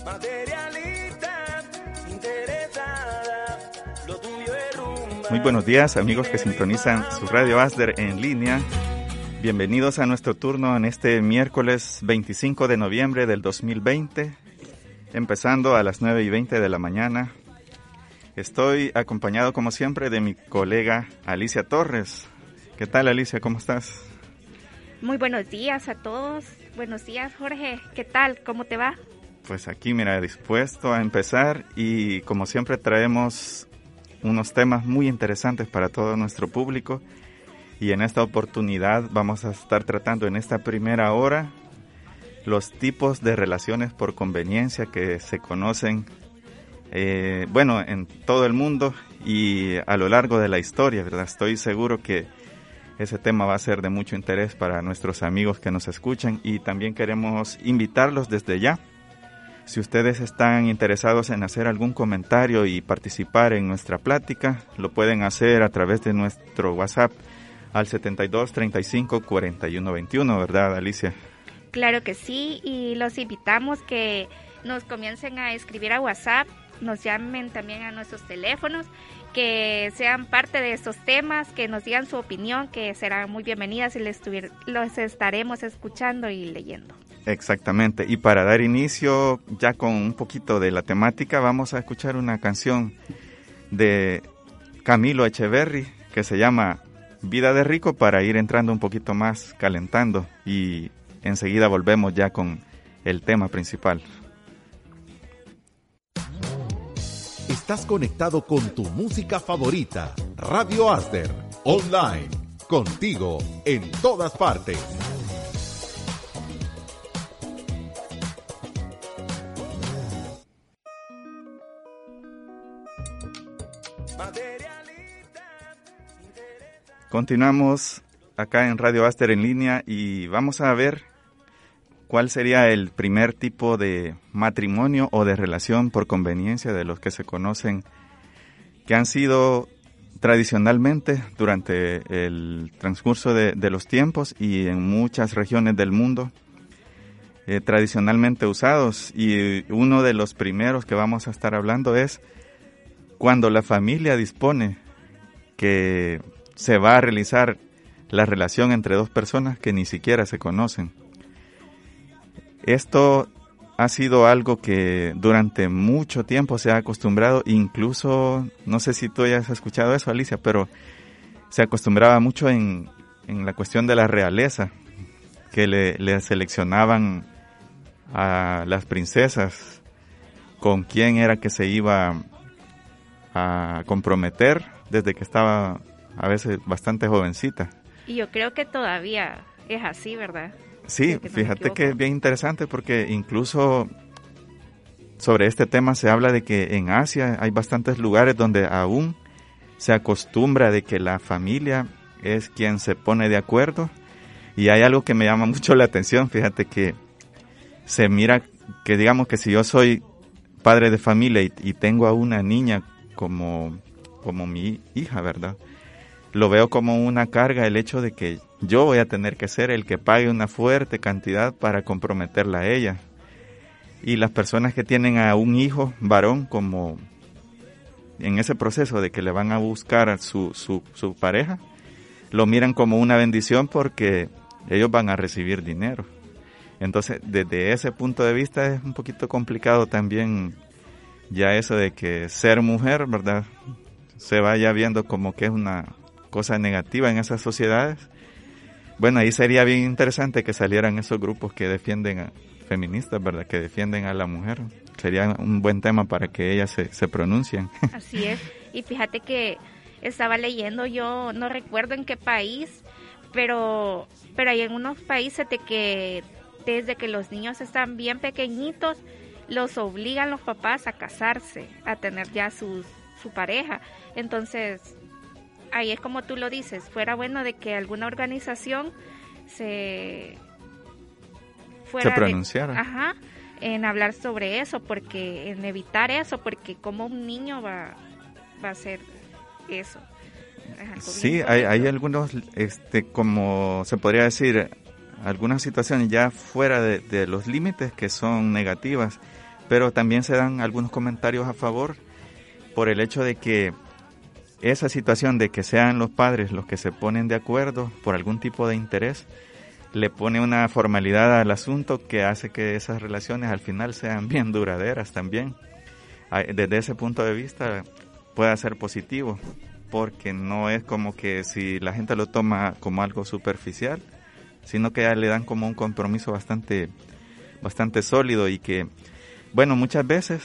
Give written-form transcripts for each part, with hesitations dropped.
Muy buenos días, amigos que sintonizan su Radio Asder en línea. Bienvenidos a nuestro turno en este miércoles 25 de noviembre del 2020, empezando a las 9:20 de la mañana. Estoy acompañado, como siempre, de mi colega Alicia Torres. ¿Qué tal, Alicia? ¿Cómo estás? Muy buenos días a todos. Buenos días, Jorge. ¿Qué tal? ¿Cómo te va? Pues aquí, mira, dispuesto a empezar y como siempre traemos unos temas muy interesantes para todo nuestro público y en esta oportunidad vamos a estar tratando en esta primera hora los tipos de relaciones por conveniencia que se conocen en todo el mundo y a lo largo de la historia, ¿verdad? Estoy seguro que ese tema va a ser de mucho interés para nuestros amigos que nos escuchan y también queremos invitarlos desde ya. Si ustedes están interesados en hacer algún comentario y participar en nuestra plática, lo pueden hacer a través de nuestro WhatsApp al 72 35 41 21, ¿verdad, Alicia? Claro que sí, y los invitamos que nos comiencen a escribir a WhatsApp, nos llamen también a nuestros teléfonos, que sean parte de estos temas, que nos digan su opinión, que serán muy bienvenidas y los estaremos escuchando y leyendo. Exactamente, y para dar inicio ya con un poquito de la temática, vamos a escuchar una canción de Camilo Echeverry que se llama Vida de Rico para ir entrando un poquito más calentando y enseguida volvemos ya con el tema principal. Estás conectado con tu música favorita, Radio Asder, online, contigo en todas partes. Continuamos acá en Radio Asder en línea y vamos a ver cuál sería el primer tipo de matrimonio o de relación por conveniencia de los que se conocen, que han sido tradicionalmente durante el transcurso de los tiempos y en muchas regiones del mundo tradicionalmente usados. Y uno de los primeros que vamos a estar hablando es cuando la familia dispone que se va a realizar la relación entre dos personas que ni siquiera se conocen. Esto ha sido algo que durante mucho tiempo se ha acostumbrado, incluso, no sé si tú ya has escuchado eso, Alicia, pero se acostumbraba mucho en la cuestión de la realeza, que le seleccionaban a las princesas con quién era que se iba a comprometer desde que estaba a veces bastante jovencita. Y yo creo que todavía es así, ¿verdad? Sí, fíjate que es bien interesante porque incluso sobre este tema se habla de que en Asia hay bastantes lugares donde aún se acostumbra de que la familia es quien se pone de acuerdo y hay algo que me llama mucho la atención, fíjate que se mira que digamos que si yo soy padre de familia y tengo a una niña como mi hija, ¿verdad? Lo veo como una carga el hecho de que yo voy a tener que ser el que pague una fuerte cantidad para comprometerla a ella. Y las personas que tienen a un hijo varón como en ese proceso de que le van a buscar a su pareja, lo miran como una bendición porque ellos van a recibir dinero. Entonces, desde ese punto de vista es un poquito complicado también ya eso de que ser mujer, ¿verdad?, se vaya viendo como que es una cosa negativa en esas sociedades. Bueno, ahí sería bien interesante que salieran esos grupos que defienden feministas, ¿verdad?, que defienden a la mujer. Sería un buen tema para que ellas se pronuncien. Así es. Y fíjate que estaba leyendo, yo no recuerdo en qué país, pero hay en unos países de que desde que los niños están bien pequeñitos, los obligan los papás a casarse, a tener ya su pareja. Entonces, ahí es como tú lo dices, fuera bueno de que alguna organización se pronunciara. En hablar sobre eso, porque en evitar eso, porque como un niño va a hacer eso. Sí, hay algunos, como se podría decir, algunas situaciones ya fuera de los límites que son negativas, pero también se dan algunos comentarios a favor por el hecho de que esa situación de que sean los padres los que se ponen de acuerdo por algún tipo de interés, le pone una formalidad al asunto que hace que esas relaciones al final sean bien duraderas también. Desde ese punto de vista puede ser positivo, porque no es como que si la gente lo toma como algo superficial, sino que ya le dan como un compromiso bastante sólido y que, bueno, muchas veces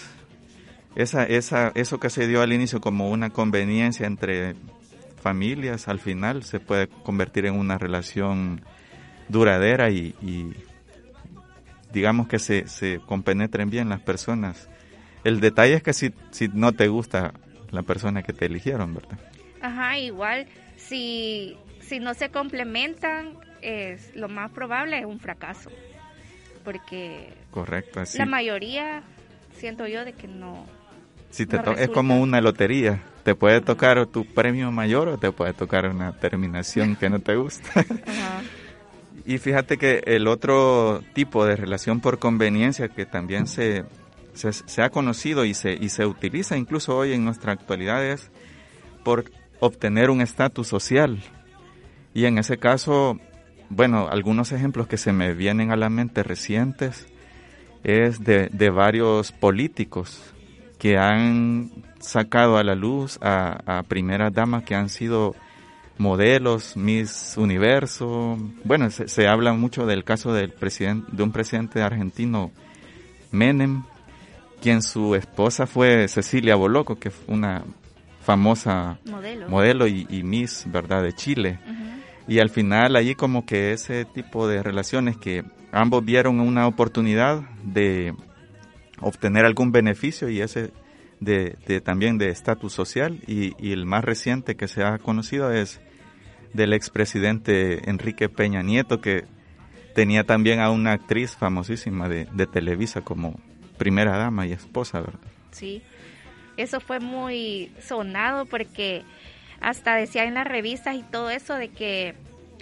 eso que se dio al inicio como una conveniencia entre familias, al final se puede convertir en una relación duradera y digamos que se compenetren bien las personas. El detalle es que si no te gusta la persona que te eligieron, ¿verdad? Ajá, igual, si no se complementan, lo más probable es un fracaso, porque correcto, así. La mayoría, siento yo, de que no. Si es como una lotería, te puede tocar tu premio mayor o te puede tocar una terminación que no te gusta. Ajá. Y fíjate que el otro tipo de relación por conveniencia que también se ha conocido y se utiliza incluso hoy en nuestra actualidad es por obtener un estatus social. Y en ese caso, bueno, algunos ejemplos que se me vienen a la mente recientes es de varios políticos que han sacado a la luz a primeras damas que han sido modelos, Miss Universo. Bueno, se habla mucho del caso de un presidente argentino, Menem, quien su esposa fue Cecilia Boloco, que fue una famosa modelo y Miss, ¿verdad?, de Chile. Uh-huh. Y al final allí como que ese tipo de relaciones que ambos vieron una oportunidad de obtener algún beneficio y ese también de estatus social y el más reciente que se ha conocido es del expresidente Enrique Peña Nieto, que tenía también a una actriz famosísima de Televisa como primera dama y esposa, ¿verdad? Sí, eso fue muy sonado porque hasta decía en las revistas y todo eso de que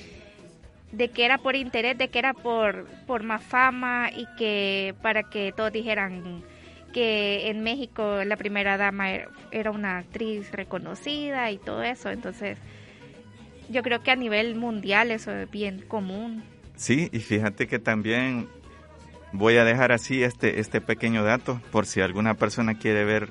era por interés, de que era por más fama y que para que todos dijeran que en México la primera dama era una actriz reconocida y todo eso. Entonces yo creo que a nivel mundial eso es bien común. Sí, y fíjate que también voy a dejar así este pequeño dato por si alguna persona quiere ver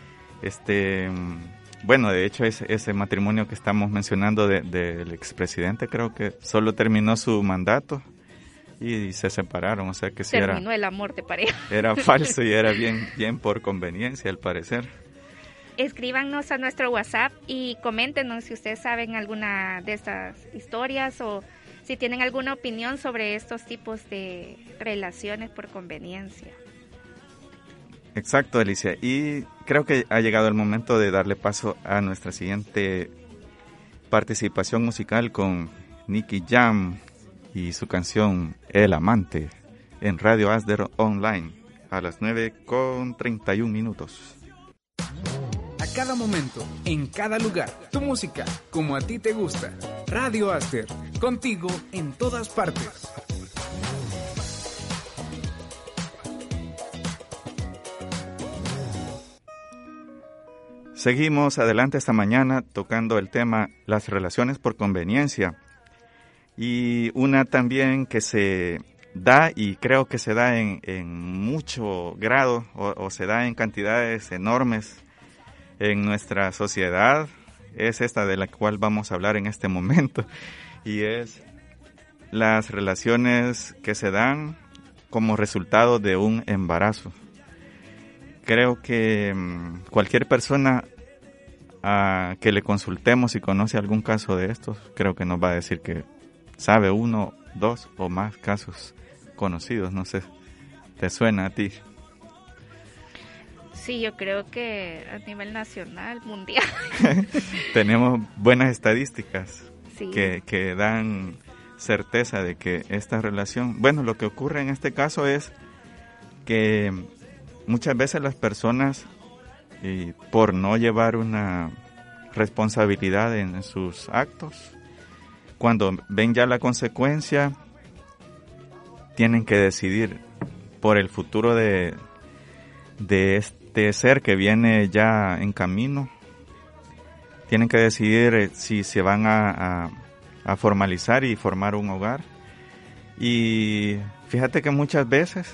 bueno, de hecho ese matrimonio que estamos mencionando del expresidente, creo que solo terminó su mandato y se separaron, o sea que sí terminó el amor de pareja. Era falso y era bien por conveniencia al parecer. Escríbanos a nuestro WhatsApp y coméntenos si ustedes saben alguna de estas historias o si tienen alguna opinión sobre estos tipos de relaciones por conveniencia. Exacto, Alicia. Y creo que ha llegado el momento de darle paso a nuestra siguiente participación musical con Nicky Jam y su canción El Amante en Radio Asder Online a las 9:31. A cada momento, en cada lugar, tu música, como a ti te gusta. Radio Asder, contigo en todas partes. Seguimos adelante esta mañana tocando el tema las relaciones por conveniencia. Y una también que se da y creo que se da en mucho grado o se da en cantidades enormes en nuestra sociedad es esta de la cual vamos a hablar en este momento y es las relaciones que se dan como resultado de un embarazo. Creo que cualquier persona a que le consultemos si conoce algún caso de estos, creo que nos va a decir que sabe uno, dos o más casos conocidos. No sé, ¿te suena a ti? Sí, yo creo que a nivel nacional, mundial. Tenemos buenas estadísticas sí. que dan certeza de que esta relación... Bueno, lo que ocurre en este caso es que muchas veces las personas, por no llevar una responsabilidad en sus actos, cuando ven ya la consecuencia, tienen que decidir por el futuro de de este ser que viene ya en camino. Tienen que decidir si se van a formalizar y formar un hogar. Y fíjate que muchas veces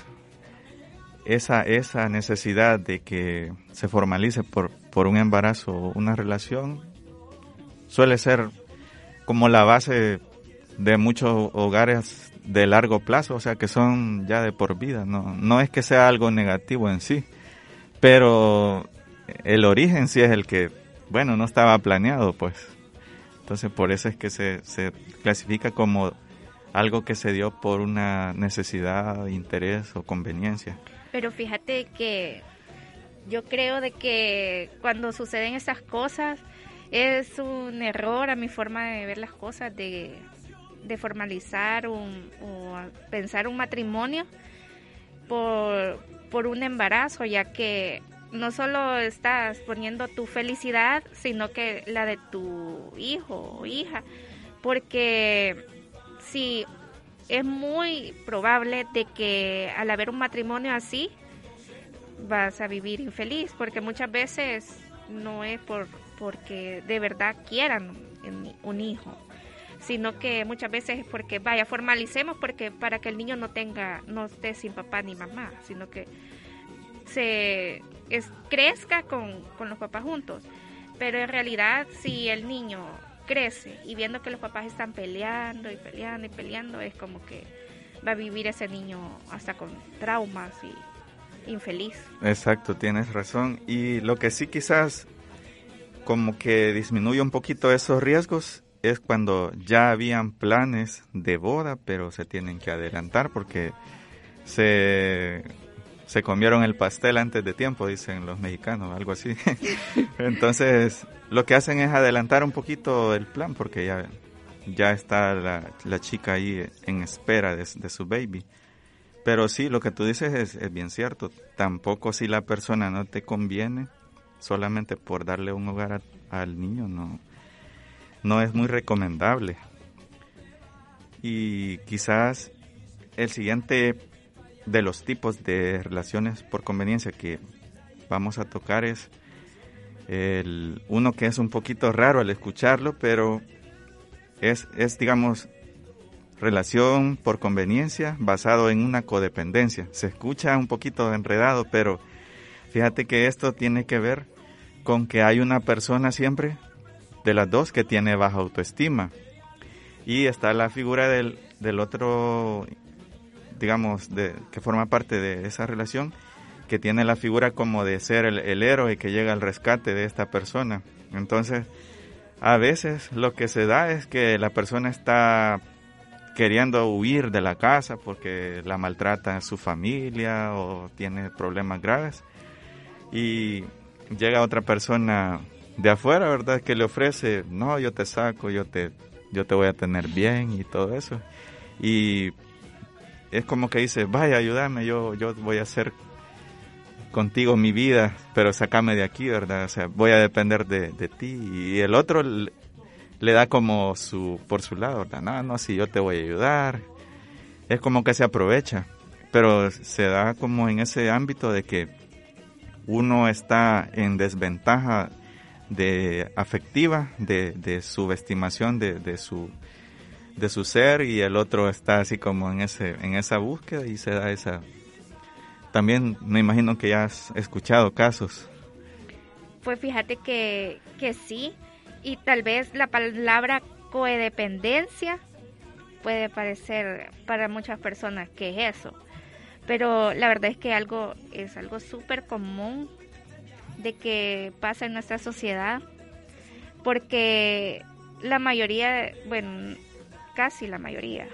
esa necesidad de que se formalice por un embarazo o una relación suele ser como la base de muchos hogares de largo plazo, o sea que son ya de por vida. No es que sea algo negativo en sí, pero el origen sí es el que, bueno, no estaba planeado, pues. Entonces por eso es que se clasifica como algo que se dio por una necesidad, interés o conveniencia. Pero fíjate que yo creo de que cuando suceden esas cosas es un error a mi forma de ver las cosas, de formalizar o pensar un matrimonio por un embarazo, ya que no solo estás poniendo tu felicidad, sino que la de tu hijo o hija, porque sí, es muy probable de que al haber un matrimonio así vas a vivir infeliz, porque muchas veces no es porque de verdad quieran un hijo, sino que muchas veces es porque formalicemos porque para que el niño no esté sin papá ni mamá, sino que crezca con los papás juntos. Pero en realidad si el niño crece y viendo que los papás están peleando y peleando y peleando, es como que va a vivir ese niño hasta con traumas y infeliz. Exacto, tienes razón. Y lo que sí quizás como que disminuye un poquito esos riesgos es cuando ya habían planes de boda, pero se tienen que adelantar porque se comieron el pastel antes de tiempo, dicen los mexicanos, algo así. Entonces, lo que hacen es adelantar un poquito el plan porque ya está la chica ahí en espera de su baby. Pero sí, lo que tú dices es bien cierto. Tampoco si la persona no te conviene, solamente por darle un hogar al niño, no es muy recomendable. Y quizás el siguiente de los tipos de relaciones por conveniencia que vamos a tocar es uno que es un poquito raro al escucharlo, pero es digamos relación por conveniencia basado en una codependencia. Se escucha un poquito enredado, pero fíjate que esto tiene que ver con que hay una persona siempre de las dos que tiene baja autoestima y está la figura del otro, digamos, que forma parte de esa relación, que tiene la figura como de ser el héroe que llega al rescate de esta persona. Entonces, a veces lo que se da es que la persona está queriendo huir de la casa porque la maltrata su familia o tiene problemas graves y llega otra persona de afuera, ¿verdad?, que le ofrece, no, yo te saco, yo te voy a tener bien y todo eso. Y es como que dice, vaya, ayúdame, yo voy a hacer contigo mi vida, pero sácame de aquí, ¿verdad? O sea, voy a depender de ti. Y el otro le da como por su lado, ¿verdad? No, si yo te voy a ayudar. Es como que se aprovecha, pero se da como en ese ámbito de que uno está en desventaja afectiva, de subestimación de su ser, y el otro está así como en esa búsqueda y se da esa. También me imagino que ya has escuchado casos. Pues fíjate que sí, y tal vez la palabra codependencia puede parecer para muchas personas que es eso, pero la verdad es que es algo súper común de que pasa en nuestra sociedad, porque la mayoría, bueno, casi la mayoría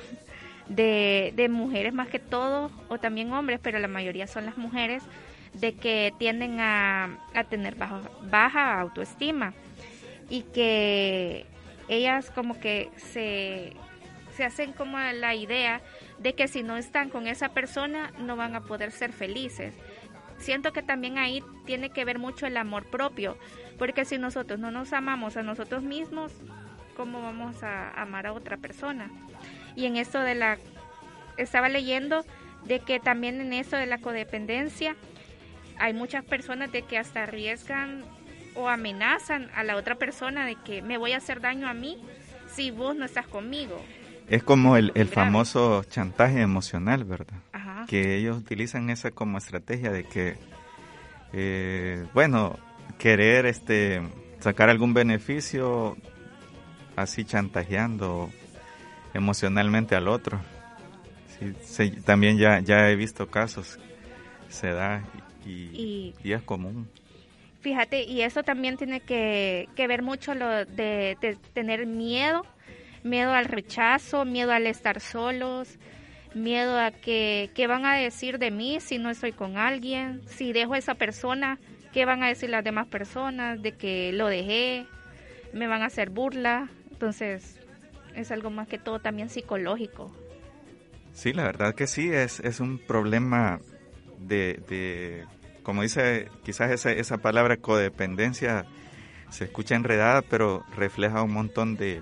de mujeres más que todo, o también hombres, pero la mayoría son las mujeres, de que tienden a tener baja autoestima y que ellas como que se hacen como la idea de que si no están con esa persona no van a poder ser felices. Siento que también ahí tiene que ver mucho el amor propio, porque si nosotros no nos amamos a nosotros mismos, ¿cómo vamos a amar a otra persona? Y en esto estaba leyendo de que también en eso de la codependencia hay muchas personas de que hasta arriesgan o amenazan a la otra persona de que me voy a hacer daño a mí si vos no estás conmigo. Es como el famoso chantaje emocional, ¿verdad? Ajá. Que ellos utilizan esa como estrategia de que, querer sacar algún beneficio así chantajeando emocionalmente al otro. Sí, también ya he visto casos, se da y es común. Fíjate, y eso también tiene que ver mucho lo de tener miedo al rechazo, miedo al estar solos, miedo a qué van a decir de mí si no estoy con alguien, si dejo a esa persona, qué van a decir las demás personas de que lo dejé, me van a hacer burla. Entonces es algo más que todo también psicológico. Sí, la verdad que sí, es un problema de como dice, quizás esa palabra codependencia se escucha enredada, pero refleja un montón de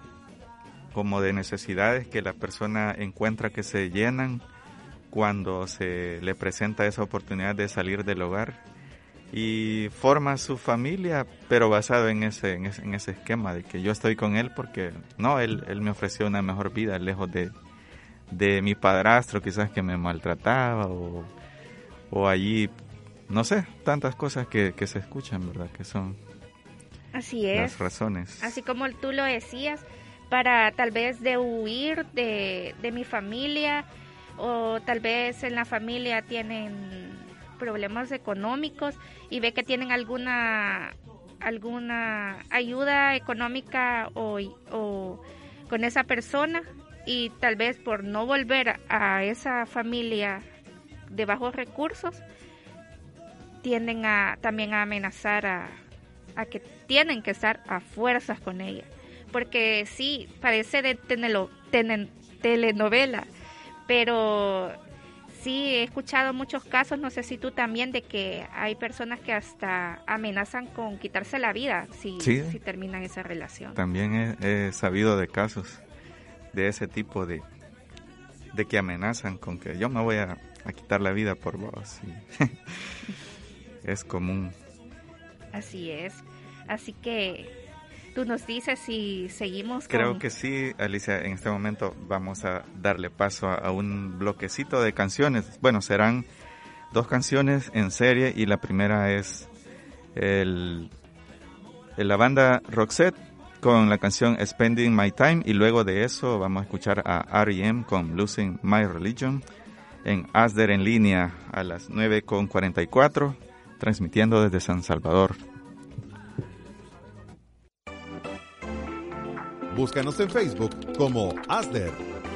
necesidades que la persona encuentra que se llenan cuando se le presenta esa oportunidad de salir del hogar y forma su familia, pero basado en ese esquema de que yo estoy con él porque no, él me ofreció una mejor vida lejos de mi padrastro quizás que me maltrataba o allí, no sé, tantas cosas que se escuchan, ¿verdad? Que son así es, las razones. Así como tú lo decías, para tal vez de huir de mi familia, o tal vez en la familia tienen problemas económicos y ve que tienen alguna ayuda económica o con esa persona, y tal vez por no volver a esa familia de bajos recursos tienden también a amenazar a que tienen que estar a fuerzas con ella, porque sí, parece de telenovela, pero sí he escuchado muchos casos, no sé si tú también, de que hay personas que hasta amenazan con quitarse la vida si terminan esa relación. También he sabido de casos de ese tipo de que amenazan con que yo me voy a quitar la vida por vos. Es común. Así es. Así que tú nos dices si seguimos Creo que sí, Alicia, en este momento vamos a darle paso a un bloquecito de canciones. Bueno, serán 2 canciones en serie y la primera es la banda Roxette con la canción Spending My Time, y luego de eso vamos a escuchar a R.E.M. con Losing My Religion en ASDER en línea a las 9:44, transmitiendo desde San Salvador. Búscanos en Facebook como ASDER.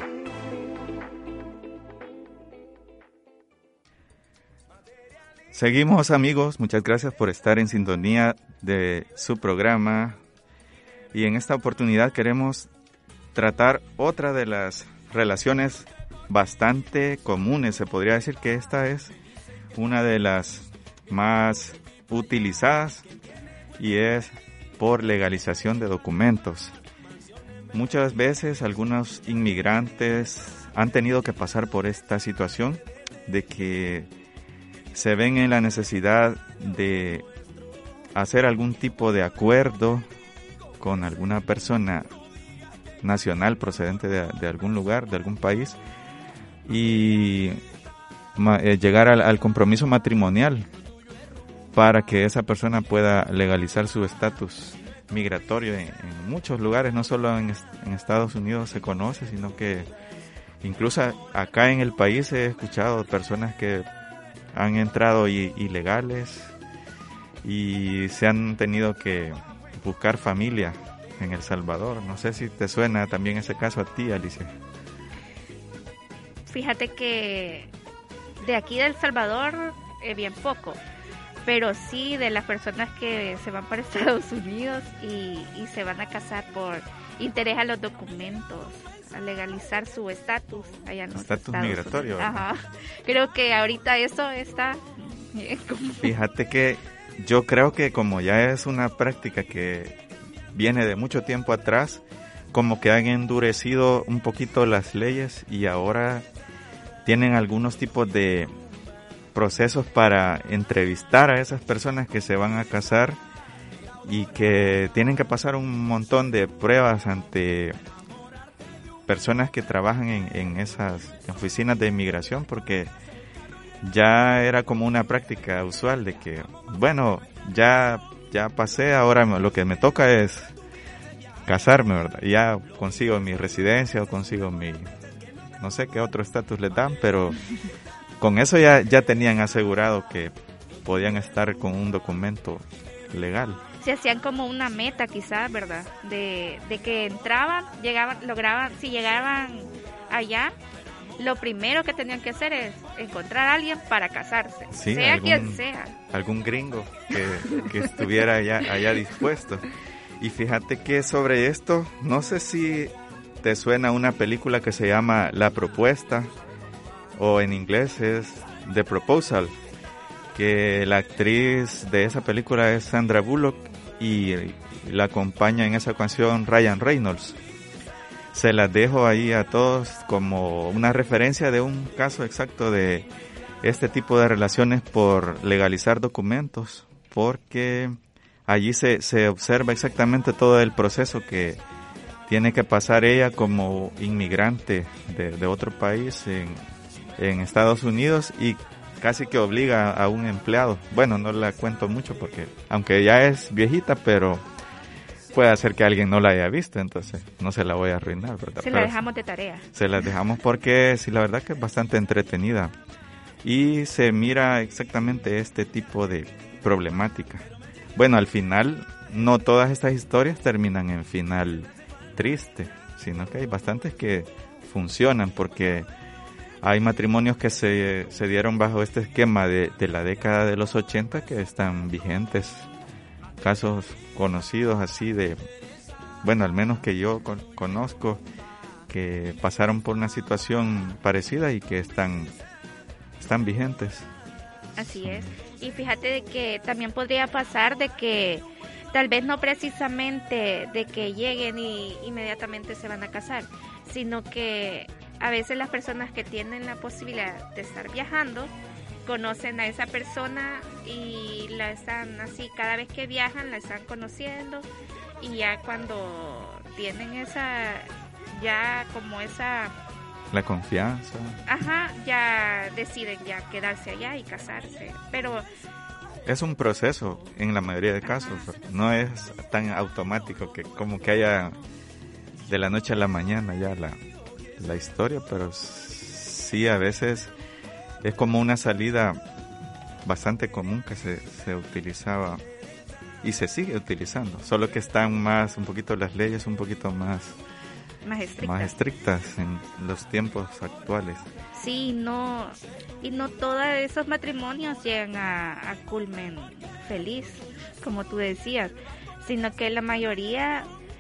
Seguimos, amigos, muchas gracias por estar en sintonía de su programa, y en esta oportunidad queremos tratar otra de las relaciones bastante comunes. Se podría decir que esta es una de las más utilizadas y es por legalización de documentos. Muchas veces algunos inmigrantes han tenido que pasar por esta situación de que se ven en la necesidad de hacer algún tipo de acuerdo con alguna persona nacional procedente de algún lugar, de algún país, y llegar al compromiso matrimonial para que esa persona pueda legalizar su estatus migratorio en muchos lugares. No solo en Estados Unidos se conoce, sino que incluso acá en el país he escuchado personas que han entrado ilegales y se han tenido que buscar familia en El Salvador. No sé si te suena también ese caso a ti, Alicia. Fíjate que de aquí de El Salvador bien poco, pero sí de las personas que se van para Estados Unidos y se van a casar por interés a los documentos, a legalizar su estatus allá en los estatus Estados migratorio. Unidos. Ajá. Creo que ahorita eso está bien común. Fíjate que yo creo que como ya es una práctica que viene de mucho tiempo atrás, como que han endurecido un poquito las leyes y ahora tienen algunos tipos de procesos para entrevistar a esas personas que se van a casar y que tienen que pasar un montón de pruebas ante personas que trabajan en esas oficinas de inmigración, porque ya era como una práctica usual de que, bueno, ya pasé, ahora lo que me toca es casarme, ¿verdad? Y ya consigo mi residencia o consigo mi, no sé qué otro estatus les dan, pero con eso ya tenían asegurado que podían estar con un documento legal. Se hacían como una meta quizás, ¿verdad? De que entraban, si llegaban allá, lo primero que tenían que hacer es encontrar a alguien para casarse, sí, sea quien sea. Algún gringo que estuviera allá dispuesto. Y fíjate que sobre esto, no sé si te suena una película que se llama La Propuesta, o en inglés es The Proposal, que la actriz de esa película es Sandra Bullock y la acompaña en esa ocasión Ryan Reynolds. Se las dejo ahí a todos como una referencia de un caso exacto de este tipo de relaciones por legalizar documentos, porque allí se observa exactamente todo el proceso que tiene que pasar ella como inmigrante de otro país en Estados Unidos, y casi que obliga a un empleado. Bueno, no la cuento mucho porque, aunque ya es viejita, pero puede hacer que alguien no la haya visto, entonces no se la voy a arruinar, ¿verdad? Se la dejamos de tarea. Se la dejamos porque sí, la verdad que es bastante entretenida y se mira exactamente este tipo de problemática. Bueno, al final no todas estas historias terminan en final triste, sino que hay bastantes que funcionan, porque hay matrimonios que se dieron bajo este esquema de la década de los 80 que están vigentes. Casos conocidos así de, bueno, al menos que yo conozco, que pasaron por una situación parecida y que están vigentes. Así es. Y fíjate de que también podría pasar de que tal vez no precisamente de que lleguen y inmediatamente se van a casar, sino que a veces las personas que tienen la posibilidad de estar viajando conocen a esa persona y la están así, cada vez que viajan la están conociendo, y ya cuando tienen la confianza, ya deciden ya quedarse allá y casarse, pero es un proceso en la mayoría de casos, no es tan automático que como que haya de la noche a la mañana ya la historia, pero sí a veces es como una salida bastante común que se utilizaba y se sigue utilizando, solo que están un poquito las leyes un poquito más estrictas en los tiempos actuales. Sí, no todos esos matrimonios llegan a culmen feliz, como tú decías, sino que la mayoría,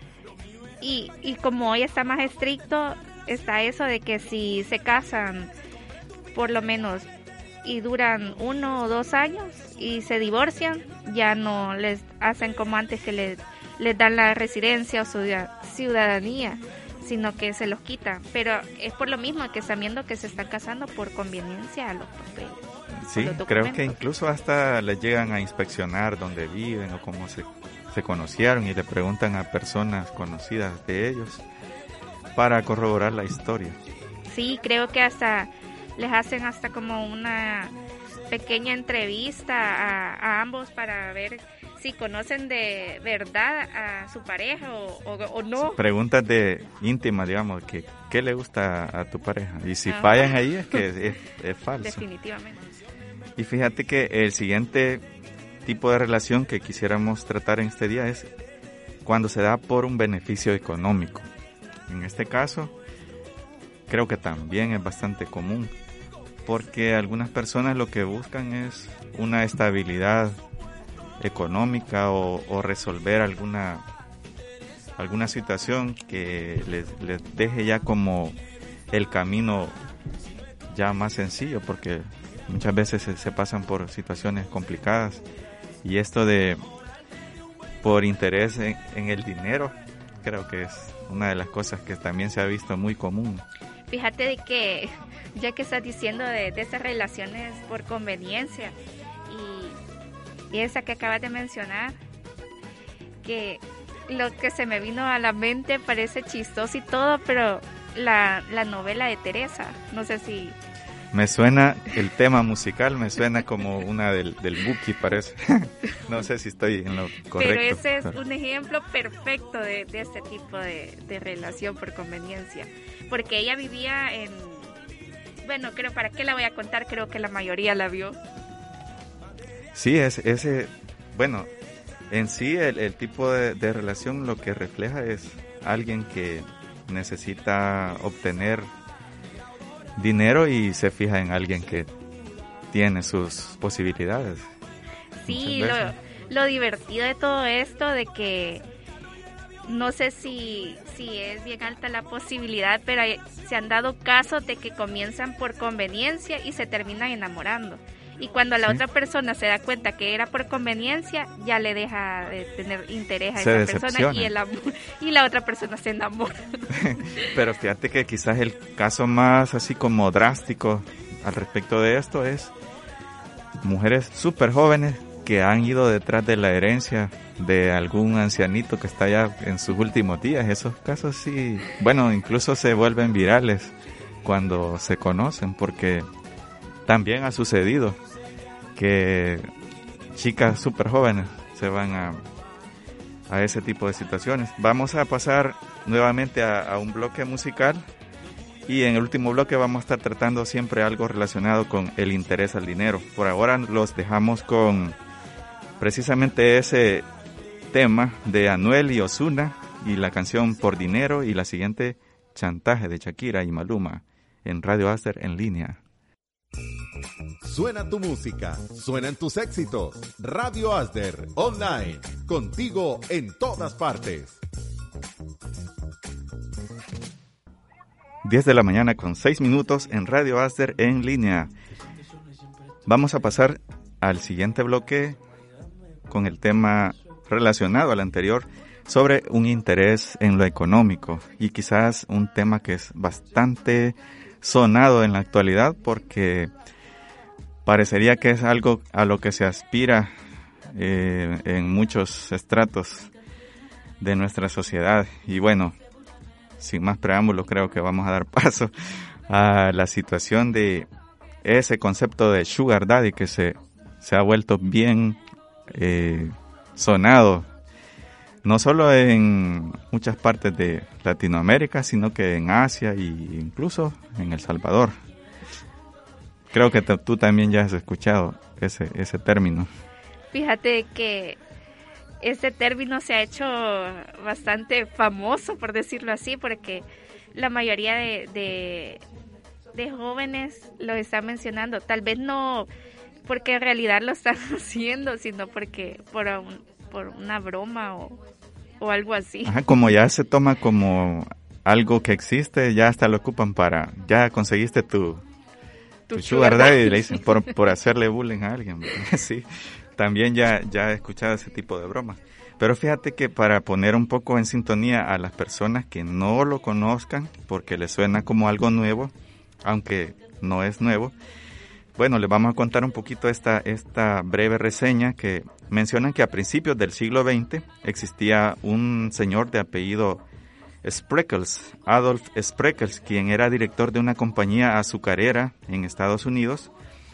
y como hoy está más estricto, está eso de que si se casan por lo menos y duran 1 o 2 años y se divorcian, ya no les hacen como antes que les dan la residencia o ciudadanía, sino que se los quitan, pero es por lo mismo que sabiendo que se están casando por conveniencia a los papeles. Sí, creo que incluso hasta les llegan a inspeccionar dónde viven o cómo se conocieron, y le preguntan a personas conocidas de ellos para corroborar la historia. Sí, creo que hasta les hacen hasta como una pequeña entrevista a ambos para ver si conocen de verdad a su pareja o no. Preguntas de íntimas, digamos, que ¿qué le gusta a tu pareja? Y si fallan ahí es que es falso. Definitivamente. Y fíjate que el siguiente tipo de relación que quisiéramos tratar en este día es cuando se da por un beneficio económico. En este caso, creo que también es bastante común, porque algunas personas lo que buscan es una estabilidad económica o resolver alguna situación que les deje ya como el camino ya más sencillo, porque muchas veces se pasan por situaciones complicadas, y esto de por interés en el dinero creo que es una de las cosas que también se ha visto muy común. fíjate de que, ya que estás diciendo de esas relaciones por conveniencia, y esa que acabas de mencionar, que lo que se me vino a la mente parece chistoso y todo, pero la novela de Teresa, no sé si... Me suena, el tema musical me suena como una del Buki, parece. No sé si estoy en lo correcto. Pero ese es un ejemplo perfecto de este tipo de relación por conveniencia. Porque ella vivía en... Bueno, creo, ¿para qué la voy a contar? Creo que la mayoría la vio. Sí, bueno, en sí el tipo de relación lo que refleja es alguien que necesita obtener dinero y se fija en alguien que tiene sus posibilidades. Sí, lo divertido de todo esto, de que no sé si es bien alta la posibilidad, pero se han dado casos de que comienzan por conveniencia y se terminan enamorando. Y cuando la otra persona se da cuenta que era por conveniencia, ya le deja de tener interés a esa persona y la otra persona se enamora. Pero fíjate que quizás el caso más así como drástico al respecto de esto es mujeres súper jóvenes que han ido detrás de la herencia de algún ancianito que está ya en sus últimos días. Esos casos sí, bueno, incluso se vuelven virales cuando se conocen, porque también ha sucedido que chicas súper jóvenes se van a ese tipo de situaciones. Vamos a pasar nuevamente a un bloque musical, y en el último bloque vamos a estar tratando siempre algo relacionado con el interés al dinero. Por ahora los dejamos con precisamente ese tema de Anuel y Ozuna y la canción Por Dinero, y la siguiente, Chantaje de Shakira y Maluma, en Radio Aster en línea. Suena tu música, suenan tus éxitos. Radio Asder Online, contigo en todas partes. 10 de la mañana con 6 minutos en Radio Asder en línea. Vamos a pasar al siguiente bloque con el tema relacionado al anterior, sobre un interés en lo económico, y quizás un tema que es bastante sonado en la actualidad, porque parecería que es algo a lo que se aspira en muchos estratos de nuestra sociedad. Y bueno, sin más preámbulos, creo que vamos a dar paso a la situación de ese concepto de Sugar Daddy que se ha vuelto bien sonado, no solo en muchas partes de Latinoamérica, sino que en Asia e incluso en El Salvador. Creo que tú también ya has escuchado ese término. Fíjate que este término se ha hecho bastante famoso, por decirlo así, porque la mayoría de jóvenes lo están mencionando. Tal vez no porque en realidad lo están haciendo, sino porque por una broma o algo así. Ajá, como ya se toma como algo que existe, ya hasta lo ocupan ya conseguiste tu sugar daddy, y le dicen por hacerle bullying a alguien. Sí, también ya he escuchado ese tipo de bromas. Pero fíjate que para poner un poco en sintonía a las personas que no lo conozcan, porque les suena como algo nuevo, aunque no es nuevo, bueno, les vamos a contar un poquito esta breve reseña, que mencionan que a principios del siglo XX existía un señor de apellido Spreckels, Adolf Spreckels, quien era director de una compañía azucarera en Estados Unidos,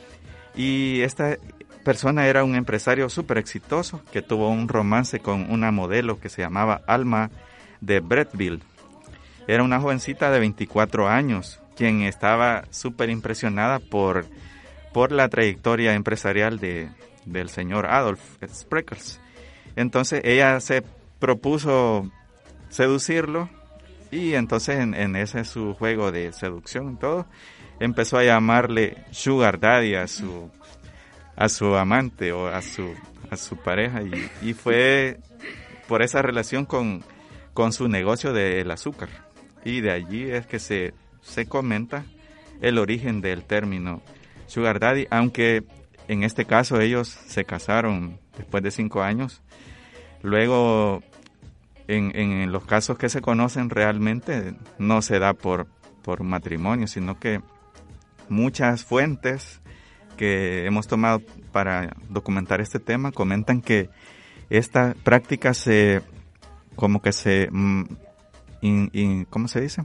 y esta persona era un empresario súper exitoso que tuvo un romance con una modelo que se llamaba Alma de Bretteville. Era una jovencita de 24 años, quien estaba súper impresionada por la trayectoria empresarial del señor Adolf Spreckels. Entonces ella se propuso seducirlo, y entonces en ese su juego de seducción y todo, empezó a llamarle Sugar Daddy a su amante o a su pareja, y fue por esa relación con su negocio del azúcar, y de allí es que se comenta el origen del término Sugar Daddy, aunque en este caso ellos se casaron después de 5 años. Luego, en los casos que se conocen realmente, no se da por por matrimonio, sino que muchas fuentes que hemos tomado para documentar este tema comentan que esta práctica ¿cómo se dice?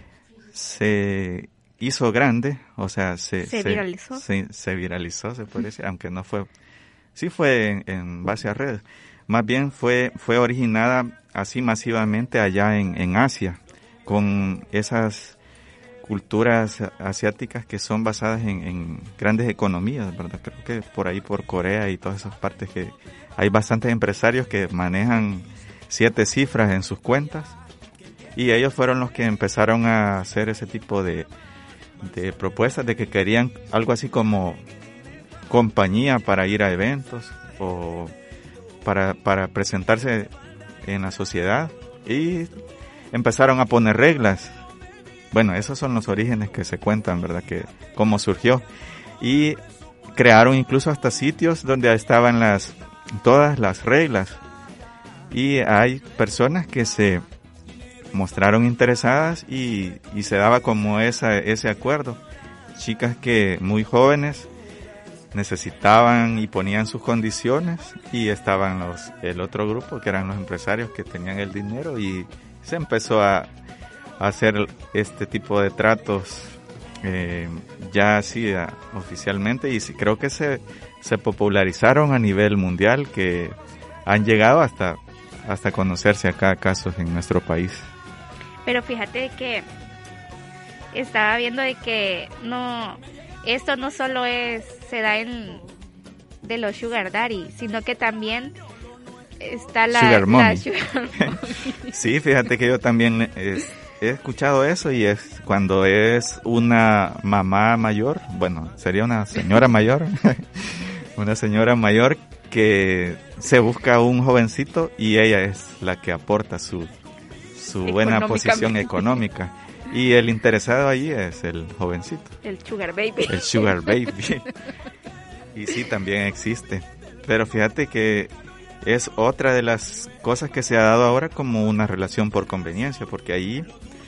Se hizo grande, o sea, se viralizó. Se viralizó, se puede decir, aunque no fue, sí fue en base a redes. Más bien fue originada así masivamente allá en Asia, con esas culturas asiáticas que son basadas en grandes economías, ¿verdad? Creo que por ahí, por Corea y todas esas partes, que hay bastantes empresarios que manejan 7 cifras en sus cuentas, y ellos fueron los que empezaron a hacer ese tipo de propuestas de que querían algo así como compañía para ir a eventos o para presentarse en la sociedad, y empezaron a poner reglas. Bueno, esos son los orígenes que se cuentan, ¿verdad? Que cómo surgió. Y crearon incluso hasta sitios donde estaban todas las reglas. Y hay personas que se mostraron interesadas y se daba como ese acuerdo. Chicas que muy jóvenes necesitaban y ponían sus condiciones, y estaban el otro grupo que eran los empresarios que tenían el dinero, y se empezó a hacer este tipo de tratos ya así oficialmente, y creo que se popularizaron a nivel mundial, que han llegado hasta conocerse acá casos en nuestro país. Pero fíjate que estaba viendo de que esto no solo se da de los sugar daddy, sino que también está la sugar mommy. Mommy. Sí, fíjate que yo también he escuchado eso, y es cuando es una mamá mayor, bueno, sería una señora mayor, una señora mayor que se busca un jovencito, y ella es la que aporta su buena posición económica. Y el interesado ahí es el jovencito. El sugar baby. El sugar baby. Y sí, también existe. Pero fíjate que es otra de las cosas que se ha dado ahora como una relación por conveniencia, porque ahí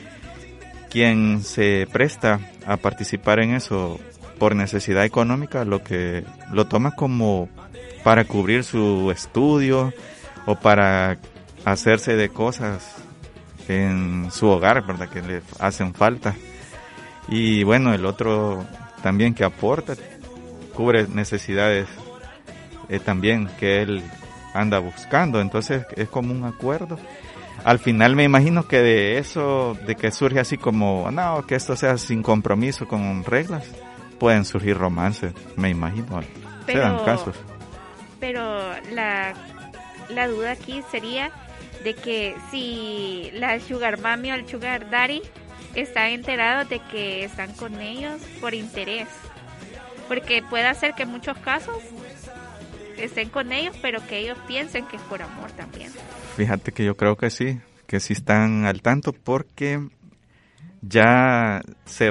quien se presta a participar en eso por necesidad económica lo toma como para cubrir su estudio o para hacerse de cosas en su hogar, ¿verdad? Que le hacen falta. Y bueno, el otro también que aporta, cubre necesidades también que él anda buscando. Entonces es como un acuerdo. Al final me imagino que de eso, de que surge así como, no, que esto sea sin compromiso, con reglas, pueden surgir romances, me imagino. Se dan casos. Pero la duda aquí sería de que si la sugar mami o el sugar daddy están enterados de que están con ellos por interés, porque puede ser que en muchos casos estén con ellos, pero que ellos piensen que es por amor también. Fíjate que yo creo que sí están al tanto, porque ya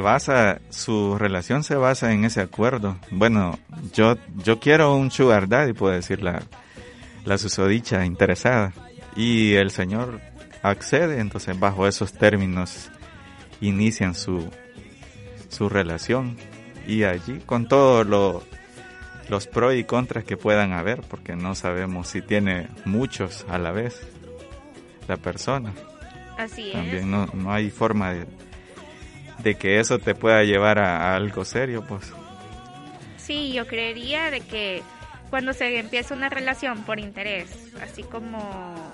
su relación se basa en ese acuerdo. Bueno, yo quiero un sugar daddy, puede decir la susodicha interesada, y el señor accede, entonces bajo esos términos inician su relación, y allí con todos los pros y contras que puedan haber, porque no sabemos si tiene muchos a la vez la persona. Así también es. No hay forma de que eso te pueda llevar a algo serio, pues. Sí, yo creería de que cuando se empieza una relación por interés, así como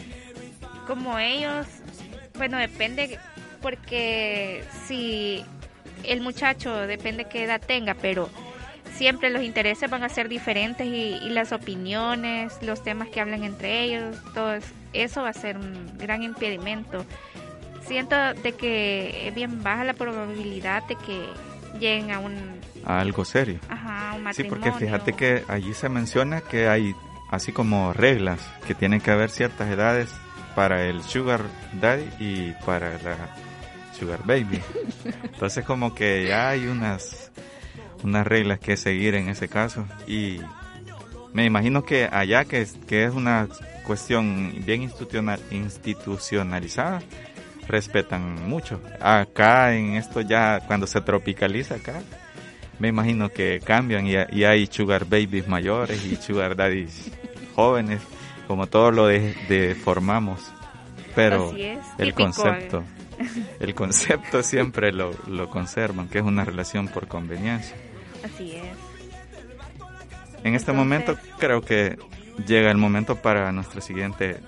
ellos, bueno, depende, porque si el muchacho, depende qué edad tenga, pero siempre los intereses van a ser diferentes, y las opiniones, los temas que hablan entre ellos, todo eso va a ser un gran impedimento. Siento de que es bien baja la probabilidad de que lleguen a algo serio. Ajá, un matrimonio. Sí, porque fíjate que allí se menciona que hay así como reglas, que tienen que haber ciertas edades para el sugar daddy y para la sugar baby. Entonces como que ya hay unas reglas que seguir en ese caso, y me imagino que allá que es una cuestión bien institucionalizada, respetan mucho. Acá en esto ya cuando se tropicaliza acá, me imagino que cambian y hay sugar babies mayores y sugar daddies jóvenes, como todo lo deformamos, pero Así es, el típico, concepto siempre lo conservan, que es una relación por conveniencia. Así es. En este momento creo que llega el momento para nuestra siguiente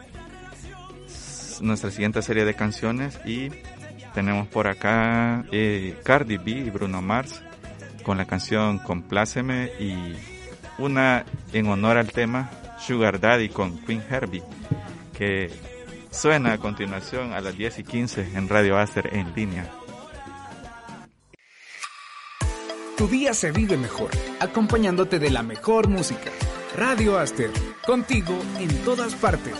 serie de canciones, y tenemos por acá Cardi B y Bruno Mars con la canción Compláceme, y una en honor al tema Sugar Daddy con Queen Herbie, que suena a continuación a las 10:15 en Radio Aster en línea. Tu día se vive mejor, acompañándote de la mejor música. Radio Aster, contigo en todas partes.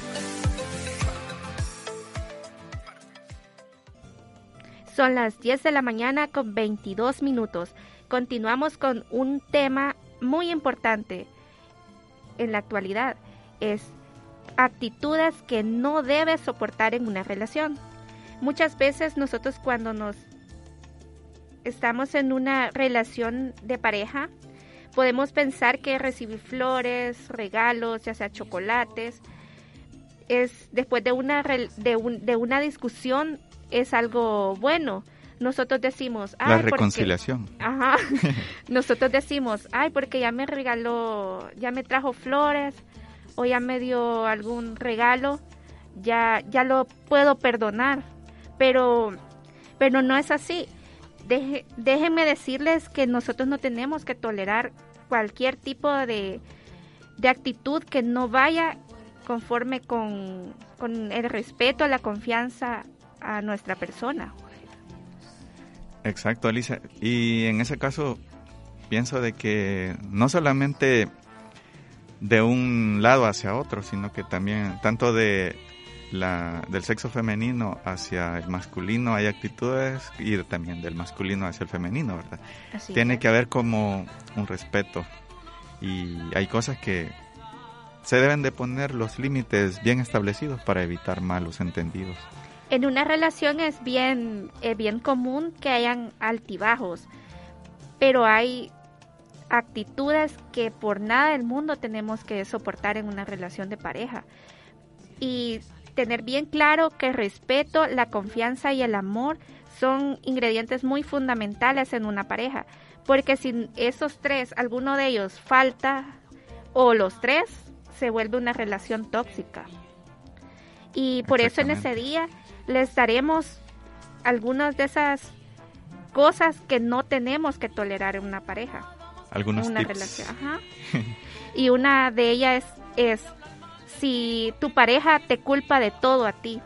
Son las 10 de la mañana con 22 minutos. Continuamos con un tema muy importante en la actualidad. Es actitudes que no debes soportar en una relación. Muchas veces nosotros cuando estamos en una relación de pareja, podemos pensar que recibir flores, regalos, ya sea chocolates, es después de una discusión es algo bueno. Nosotros decimos, la reconciliación. Ajá. Nosotros decimos, ay, porque ya me regaló, ya me trajo flores o ya me dio algún regalo, ya lo puedo perdonar. Pero no es así. Déjenme decirles que nosotros no tenemos que tolerar cualquier tipo de actitud que no vaya conforme con el respeto, la confianza a nuestra persona. Exacto, Alicia. Y en ese caso pienso de que no solamente de un lado hacia otro, sino que también tanto del sexo femenino hacia el masculino hay actitudes, y también del masculino hacia el femenino, ¿verdad? Así Tiene es. que haber como un respeto, y hay cosas que se deben de poner los límites bien establecidos para evitar malos entendidos. En una relación es bien común que hayan altibajos, pero hay actitudes que por nada del mundo tenemos que soportar en una relación de pareja. Y tener bien claro que el respeto, la confianza y el amor son ingredientes muy fundamentales en una pareja, porque si esos tres, alguno de ellos falta, o los tres, se vuelve una relación tóxica. Y por eso en ese día les daremos algunas de esas cosas que no tenemos que tolerar en una pareja. Algunos en una tips. relación. Ajá. Y una de ellas es si tu pareja te culpa de todo a ti.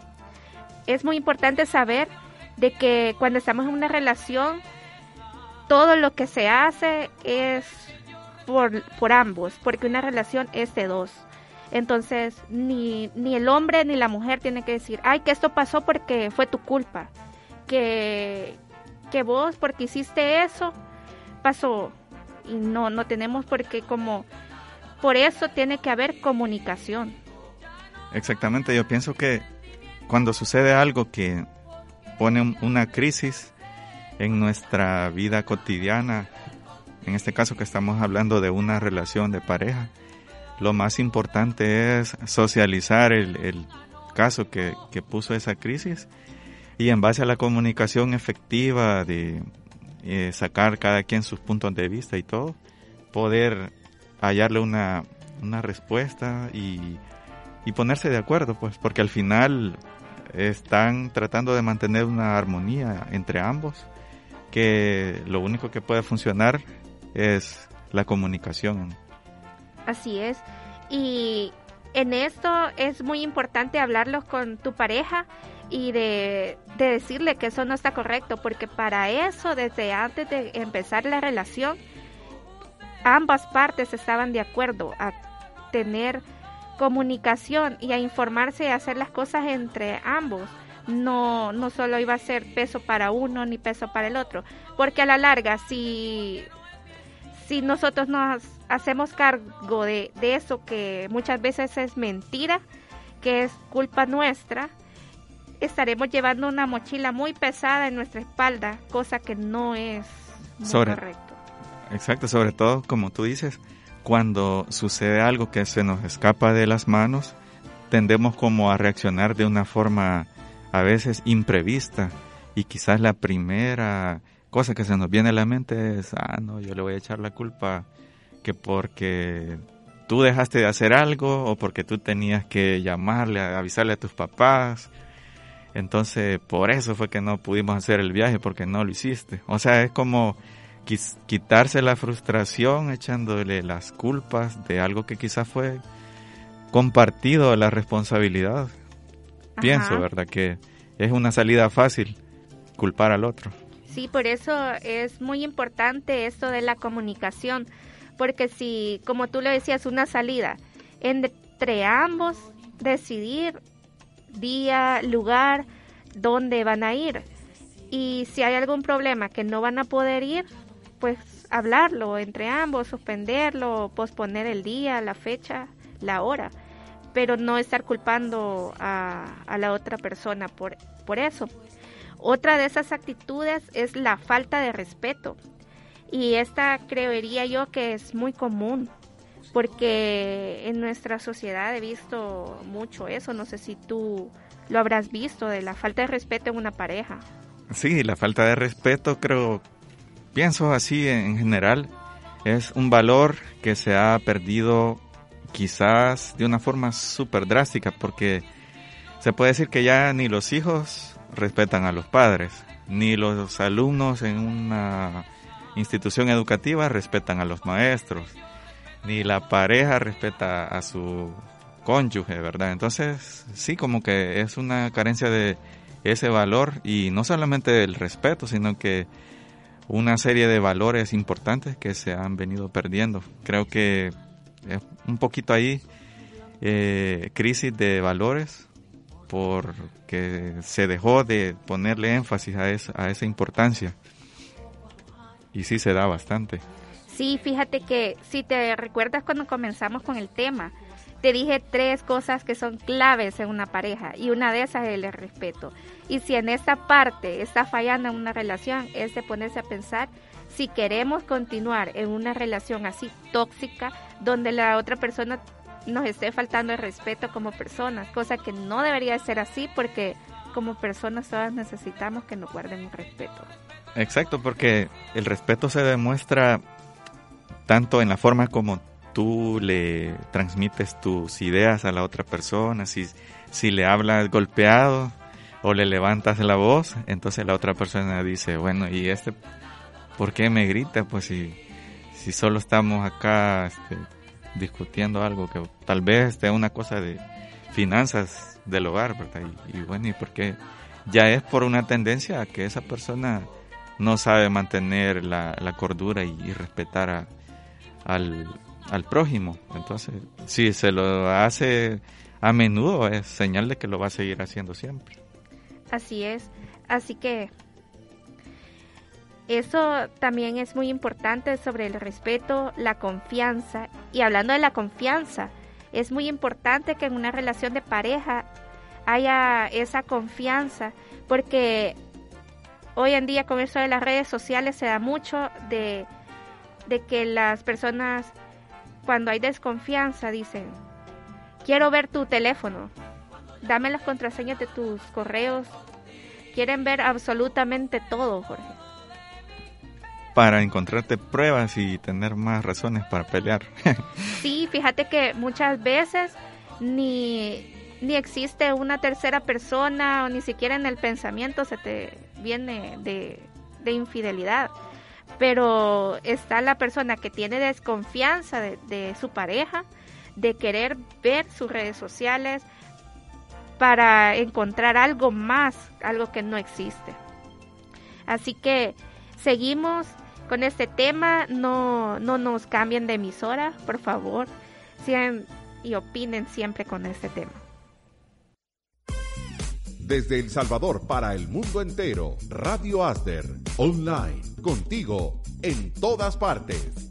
Es muy importante saber de que cuando estamos en una relación, todo lo que se hace es por ambos, porque una relación es de dos. Entonces, ni el hombre ni la mujer tiene que decir, ay, que esto pasó porque fue tu culpa, que vos porque hiciste eso, pasó. Y no tenemos por qué por eso tiene que haber comunicación. Exactamente, yo pienso que cuando sucede algo que pone una crisis en nuestra vida cotidiana, en este caso que estamos hablando de una relación de pareja, lo más importante es socializar el caso que puso esa crisis, y en base a la comunicación efectiva de sacar cada quien sus puntos de vista y todo, poder hallarle una respuesta y ponerse de acuerdo, pues, porque al final están tratando de mantener una armonía entre ambos, que lo único que puede funcionar es la comunicación. Así es, y en esto es muy importante hablarlo con tu pareja y de decirle que eso no está correcto, porque para eso, desde antes de empezar la relación, ambas partes estaban de acuerdo a tener comunicación y a informarse y a hacer las cosas entre ambos. No solo iba a ser peso para uno ni peso para el otro, porque a la larga, si nosotros nos hacemos cargo de eso, que muchas veces es mentira, que es culpa nuestra, estaremos llevando una mochila muy pesada en nuestra espalda, cosa que no es muy correcto. Exacto, sobre todo, como tú dices, cuando sucede algo que se nos escapa de las manos, tendemos como a reaccionar de una forma a veces imprevista, y quizás la primera cosa que se nos viene a la mente es, no, yo le voy a echar la culpa que porque tú dejaste de hacer algo o porque tú tenías que llamarle, avisarle a tus papás, entonces por eso fue que no pudimos hacer el viaje, porque no lo hiciste. O sea, es como quitarse la frustración echándole las culpas de algo que quizás fue compartido la responsabilidad. Ajá. Pienso, ¿verdad? Que es una salida fácil culpar al otro. Sí, por eso es muy importante esto de la comunicación, porque si, como tú le decías, una salida, entre ambos decidir día, lugar, dónde van a ir, y si hay algún problema que no van a poder ir, pues hablarlo entre ambos, suspenderlo, posponer el día, la fecha, la hora, pero no estar culpando a la otra persona por eso. Otra de esas actitudes es la falta de respeto, y esta creería yo que es muy común, porque en nuestra sociedad he visto mucho eso. No sé si tú lo habrás visto, de la falta de respeto en una pareja. Sí, la falta de respeto, pienso así en general, es un valor que se ha perdido quizás de una forma súper drástica, porque se puede decir que ya ni los hijos respetan a los padres, ni los alumnos en una institución educativa respetan a los maestros, ni la pareja respeta a su cónyuge, ¿verdad? Entonces, sí, como que es una carencia de ese valor, y no solamente el respeto, sino que una serie de valores importantes que se han venido perdiendo. Creo que es un poquito ahí crisis de valores, porque se dejó de ponerle énfasis a esa importancia, y sí se da bastante. Sí, fíjate que si te recuerdas cuando comenzamos con el tema, te dije 3 cosas que son claves en una pareja, y una de esas es el respeto. Y si en esta parte está fallando en una relación, es de ponerse a pensar si queremos continuar en una relación así tóxica, donde la otra persona nos esté faltando el respeto como personas, cosa que no debería ser así, porque como personas todas necesitamos que nos guarden un respeto. Exacto, porque el respeto se demuestra tanto en la forma como tú le transmites tus ideas a la otra persona. Si le hablas golpeado o le levantas la voz, entonces la otra persona dice, bueno, ¿y por qué me grita? Pues si solo estamos acá discutiendo algo que tal vez esté una cosa de finanzas del hogar, ¿verdad? Y bueno, ¿y por qué? Ya es por una tendencia a que esa persona no sabe mantener la cordura y respetar al prójimo. Entonces, si se lo hace a menudo, es señal de que lo va a seguir haciendo siempre. Así es. Así que eso también es muy importante sobre el respeto, la confianza. Y hablando de la confianza, es muy importante que en una relación de pareja haya esa confianza, porque hoy en día con eso de las redes sociales se da mucho de que las personas, cuando hay desconfianza, dicen, quiero ver tu teléfono, dame las contraseñas de tus correos. Quieren ver absolutamente todo, Jorge. Para encontrarte pruebas y tener más razones para pelear. Sí, fíjate que muchas veces ni existe una tercera persona, o ni siquiera en el pensamiento se te viene de infidelidad. Pero está la persona que tiene desconfianza de su pareja, de querer ver sus redes sociales para encontrar algo más, algo que no existe. Así que seguimos con este tema. No nos cambien de emisora, por favor. Sigan y opinen siempre con este tema. Desde El Salvador para el mundo entero, Radio Asder, online, contigo, en todas partes.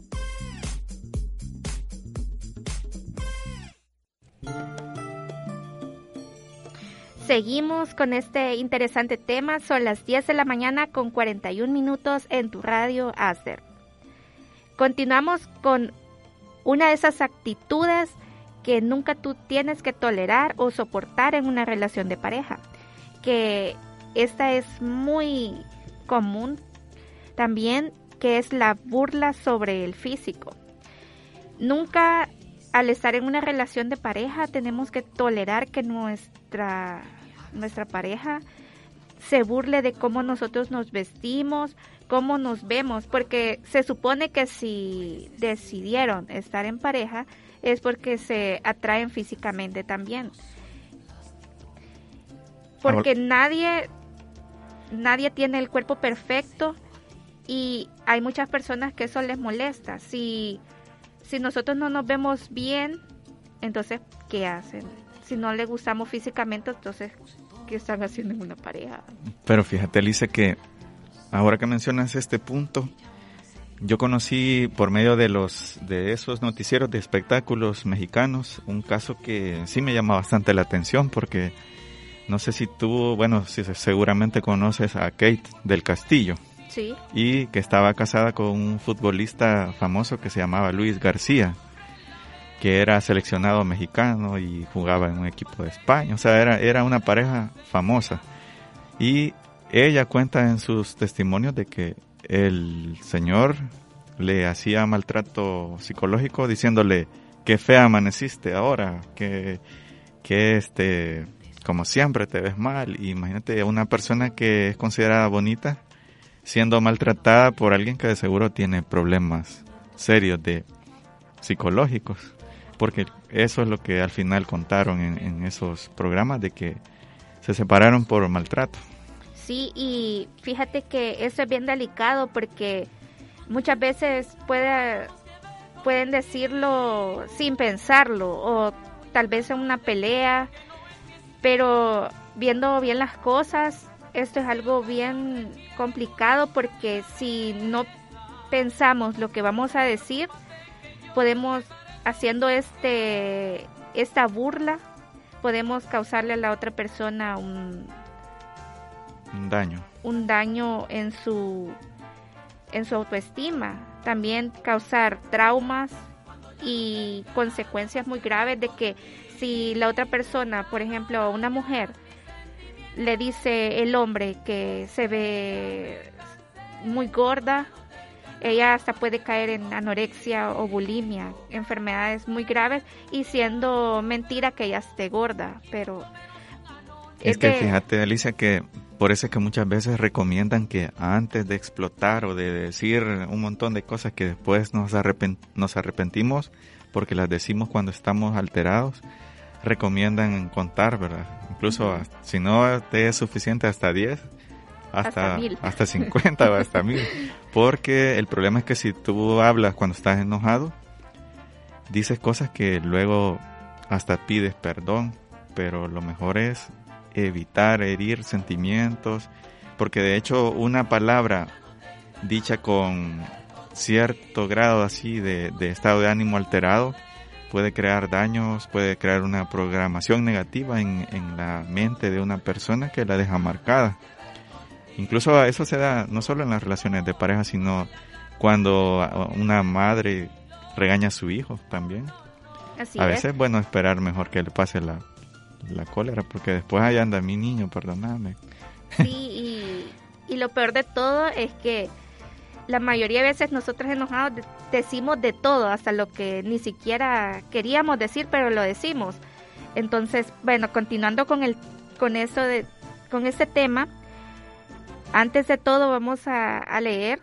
seguimos con este interesante tema. Son las 10 de la mañana con 41 minutos en tu radio Asder. Continuamos con una de esas actitudes que nunca tú tienes que tolerar o soportar en una relación de pareja, que esta es muy común también, que es la burla sobre el físico. Nunca al estar en una relación de pareja tenemos que tolerar que nuestra pareja se burle de cómo nosotros nos vestimos, cómo nos vemos, porque se supone que si decidieron estar en pareja es porque se atraen físicamente también. Porque nadie tiene el cuerpo perfecto y hay muchas personas que eso les molesta. Si nosotros no nos vemos bien, entonces, ¿qué hacen? Si no les gustamos físicamente, entonces, ¿qué están haciendo en una pareja? Pero fíjate, Alicia, que ahora que mencionas este punto, yo conocí por medio de esos noticieros de espectáculos mexicanos un caso que sí me llama bastante la atención, porque no sé si tú, si seguramente conoces a Kate del Castillo. Sí. Y que estaba casada con un futbolista famoso que se llamaba Luis García, que era seleccionado mexicano y jugaba en un equipo de España. O sea, era una pareja famosa. Y ella cuenta en sus testimonios de que el señor le hacía maltrato psicológico diciéndole: qué fea amaneciste ahora, que como siempre te ves mal. Y imagínate una persona que es considerada bonita siendo maltratada por alguien que de seguro tiene problemas serios de psicológicos, porque eso es lo que al final contaron en esos programas, de que se separaron por maltrato. Sí, y fíjate que eso es bien delicado, porque muchas veces pueden decirlo sin pensarlo, o tal vez en una pelea, pero viendo bien las cosas, esto es algo bien complicado, porque si no pensamos lo que vamos a decir, podemos, haciendo esta burla, podemos causarle a la otra persona un daño en su autoestima, también causar traumas y consecuencias muy graves, de que si la otra persona, por ejemplo, una mujer, le dice el hombre que se ve muy gorda, ella hasta puede caer en anorexia o bulimia, enfermedades muy graves, y siendo mentira que ella esté gorda. Pero es que fíjate, Alicia, que por eso es que muchas veces recomiendan que antes de explotar o de decir un montón de cosas que después nos arrepentimos porque las decimos cuando estamos alterados, recomiendan contar, ¿verdad? Incluso si no te es suficiente, hasta 10, hasta 50 o hasta 1000. Porque el problema es que si tú hablas cuando estás enojado, dices cosas que luego hasta pides perdón, pero lo mejor es evitar herir sentimientos, porque de hecho una palabra dicha con cierto grado así de estado de ánimo alterado puede crear daños, puede crear una programación negativa en la mente de una persona que la deja marcada. Incluso eso se da no solo en las relaciones de pareja, sino cuando una madre regaña a su hijo también. Así a veces es bueno esperar mejor que le pase la cólera, porque después ahí anda mi niño, perdóname. Sí, y lo peor de todo es que la mayoría de veces nosotros enojados decimos de todo, hasta lo que ni siquiera queríamos decir, pero lo decimos. Entonces, bueno, continuando con este tema, antes de todo vamos a leer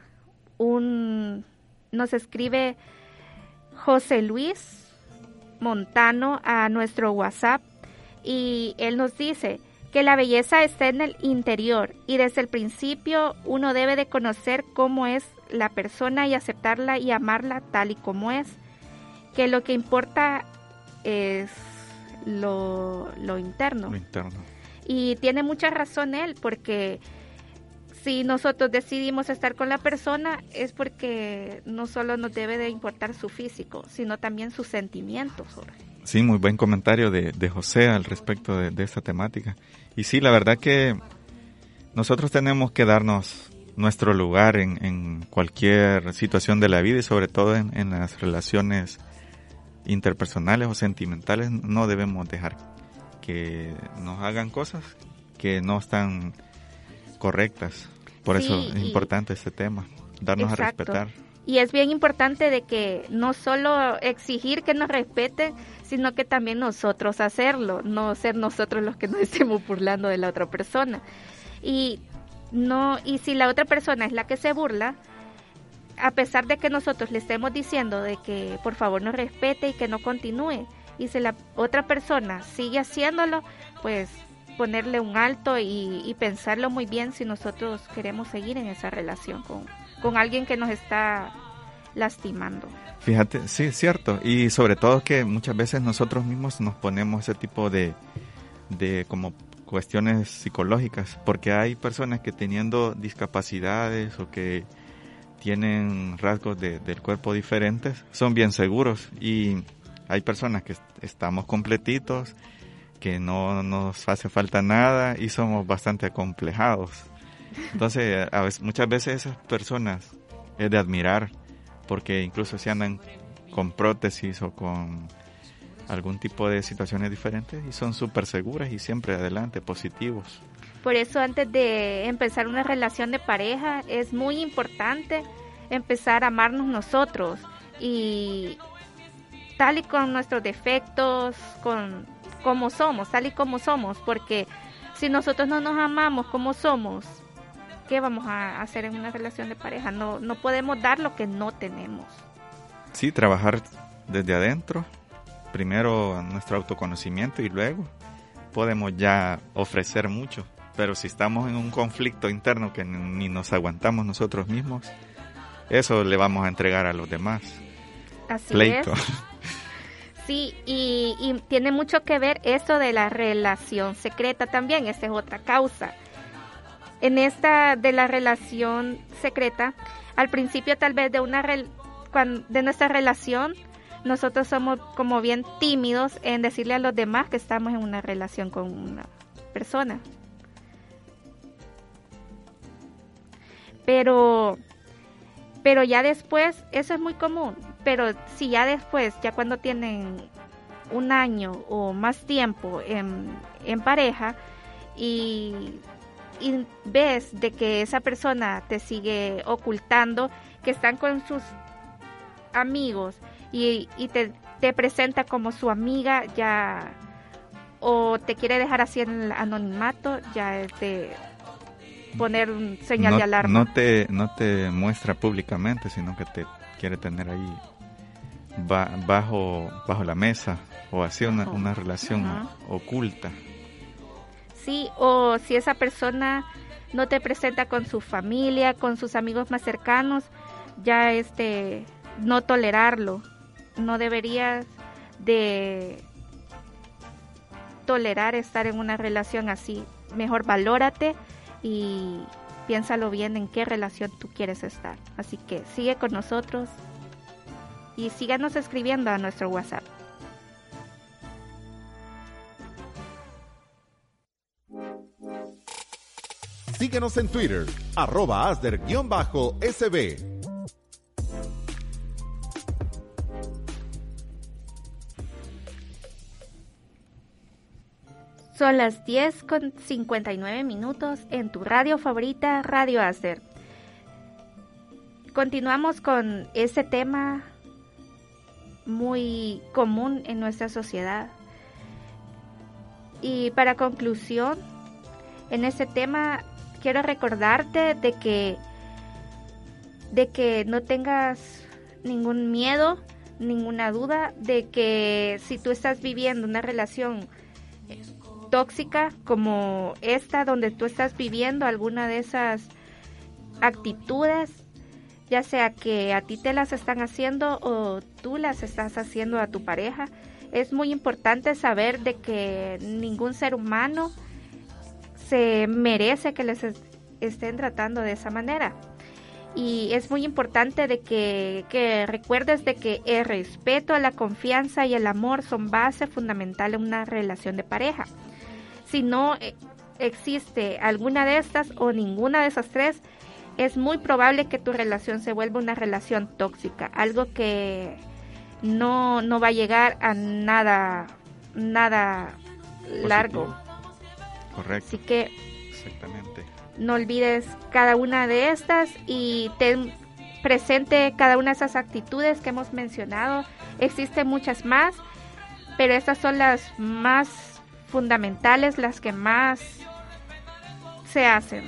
nos escribe José Luis Montano a nuestro WhatsApp, y él nos dice que la belleza está en el interior, y desde el principio uno debe de conocer cómo es la persona y aceptarla y amarla tal y como es, que lo que importa es lo interno. Y tiene mucha razón él, porque si nosotros decidimos estar con la persona es porque no solo nos debe de importar su físico, sino también sus sentimientos, Jorge. Sí, muy buen comentario de José al respecto de esta temática. Y sí, la verdad que nosotros tenemos que darnos nuestro lugar en cualquier situación de la vida y sobre todo en las relaciones interpersonales o sentimentales. No debemos dejar que nos hagan cosas que no están correctas. Por eso es importante este tema, darnos a respetar. Y es bien importante de que no solo exigir que nos respeten, sino que también nosotros hacerlo, no ser nosotros los que nos estemos burlando de la otra persona. Y si la otra persona es la que se burla, a pesar de que nosotros le estemos diciendo de que por favor nos respete y que no continúe, y si la otra persona sigue haciéndolo, pues ponerle un alto y pensarlo muy bien si nosotros queremos seguir en esa relación con alguien que nos está lastimando. Fíjate, sí, es cierto, y sobre todo que muchas veces nosotros mismos nos ponemos ese tipo de como cuestiones psicológicas, porque hay personas que teniendo discapacidades o que tienen rasgos del cuerpo diferentes, son bien seguros, y hay personas que estamos completitos, que no nos hace falta nada y somos bastante acomplejados. Entonces, muchas veces esas personas es de admirar, porque incluso si andan con prótesis o con algún tipo de situaciones diferentes y son súper seguras y siempre adelante, positivos. Por eso antes de empezar una relación de pareja es muy importante empezar a amarnos nosotros, y tal y con nuestros defectos, como somos, tal y como somos, porque si nosotros no nos amamos como somos, ¿qué vamos a hacer en una relación de pareja? No podemos dar lo que no tenemos. Sí, trabajar desde adentro, primero nuestro autoconocimiento y luego podemos ya ofrecer mucho, pero si estamos en un conflicto interno que ni nos aguantamos nosotros mismos, eso le vamos a entregar a los demás. Así Pleito. Es. Sí, y tiene mucho que ver eso de la relación secreta también, esa es otra causa. En esta de la relación secreta, al principio tal vez de nuestra relación, nosotros somos como bien tímidos en decirle a los demás que estamos en una relación con una persona. Pero ya después, eso es muy común, pero si ya después, ya cuando tienen un año o más tiempo en pareja y ves de que esa persona te sigue ocultando, que están con sus amigos y te presenta como su amiga, ya, o te quiere dejar así en el anonimato, ya es de poner un señal de alarma. No te muestra públicamente, sino que te quiere tener ahí bajo la mesa, o así una relación oculta. Sí, o si esa persona no te presenta con su familia, con sus amigos más cercanos, ya no tolerarlo. No deberías de tolerar estar en una relación así. Mejor valórate y piénsalo bien en qué relación tú quieres estar. Así que sigue con nosotros y síganos escribiendo a nuestro WhatsApp. Síguenos en Twitter, @asder_sb. Son las 10:59 en tu radio favorita, Radio Asder. Continuamos con ese tema muy común en nuestra sociedad. Y para conclusión, en ese tema quiero recordarte de que no tengas ningún miedo, ninguna duda de que si tú estás viviendo una relación tóxica como esta, donde tú estás viviendo alguna de esas actitudes, ya sea que a ti te las están haciendo o tú las estás haciendo a tu pareja, es muy importante saber de que ningún ser humano se merece que les estén tratando de esa manera. Y es muy importante de que recuerdes de que el respeto, la confianza y el amor son base fundamental en una relación de pareja. Si no existe alguna de estas o ninguna de esas tres, es muy probable que tu relación se vuelva una relación tóxica, algo que no va a llegar a nada largo. Correcto. Así que exactamente. No olvides cada una de estas y ten presente cada una de esas actitudes que hemos mencionado. Existen muchas más, pero estas son las más fundamentales, las que más se hacen.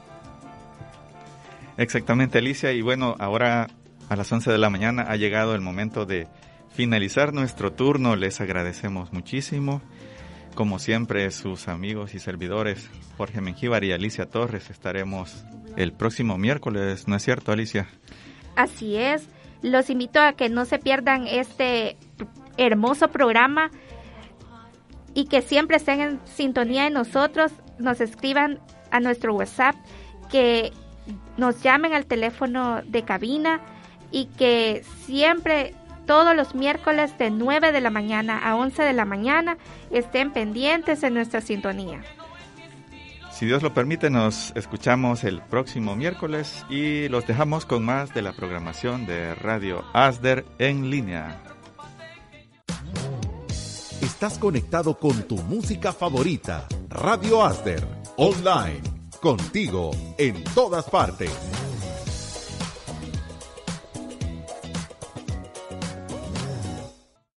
Exactamente, Alicia. Y bueno, ahora a las 11 de la mañana ha llegado el momento de finalizar nuestro turno. Les agradecemos muchísimo. Como siempre, sus amigos y servidores Jorge Mengíbar y Alicia Torres estaremos el próximo miércoles, ¿no es cierto, Alicia? Así es. Los invito a que no se pierdan este hermoso programa y que siempre estén en sintonía de nosotros, nos escriban a nuestro WhatsApp, que nos llamen al teléfono de cabina y que siempre, todos los miércoles de 9 de la mañana a 11 de la mañana, estén pendientes en nuestra sintonía. Si Dios lo permite, nos escuchamos el próximo miércoles y los dejamos con más de la programación de Radio Asder en línea. Estás conectado con tu música favorita, Radio Asder, online, contigo en todas partes.